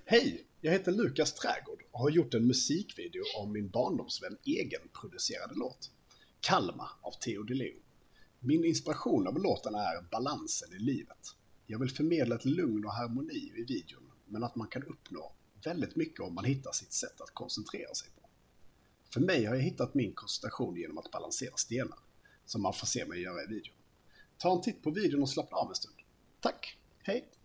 Hej, jag heter Lukas Trädgård och har gjort en musikvideo om min barndomsvän egenproducerade låt. Kalmar av Theo DeLeo. Min inspiration av låten är balansen i livet. Jag vill förmedla ett lugn och harmoni i videon, men att man kan uppnå väldigt mycket om man hittar sitt sätt att koncentrera sig på. För mig har jag hittat min koncentration genom att balansera stenar, som man får se mig göra i videon. Ta en titt på videon och slappna av en stund. Tack, hej!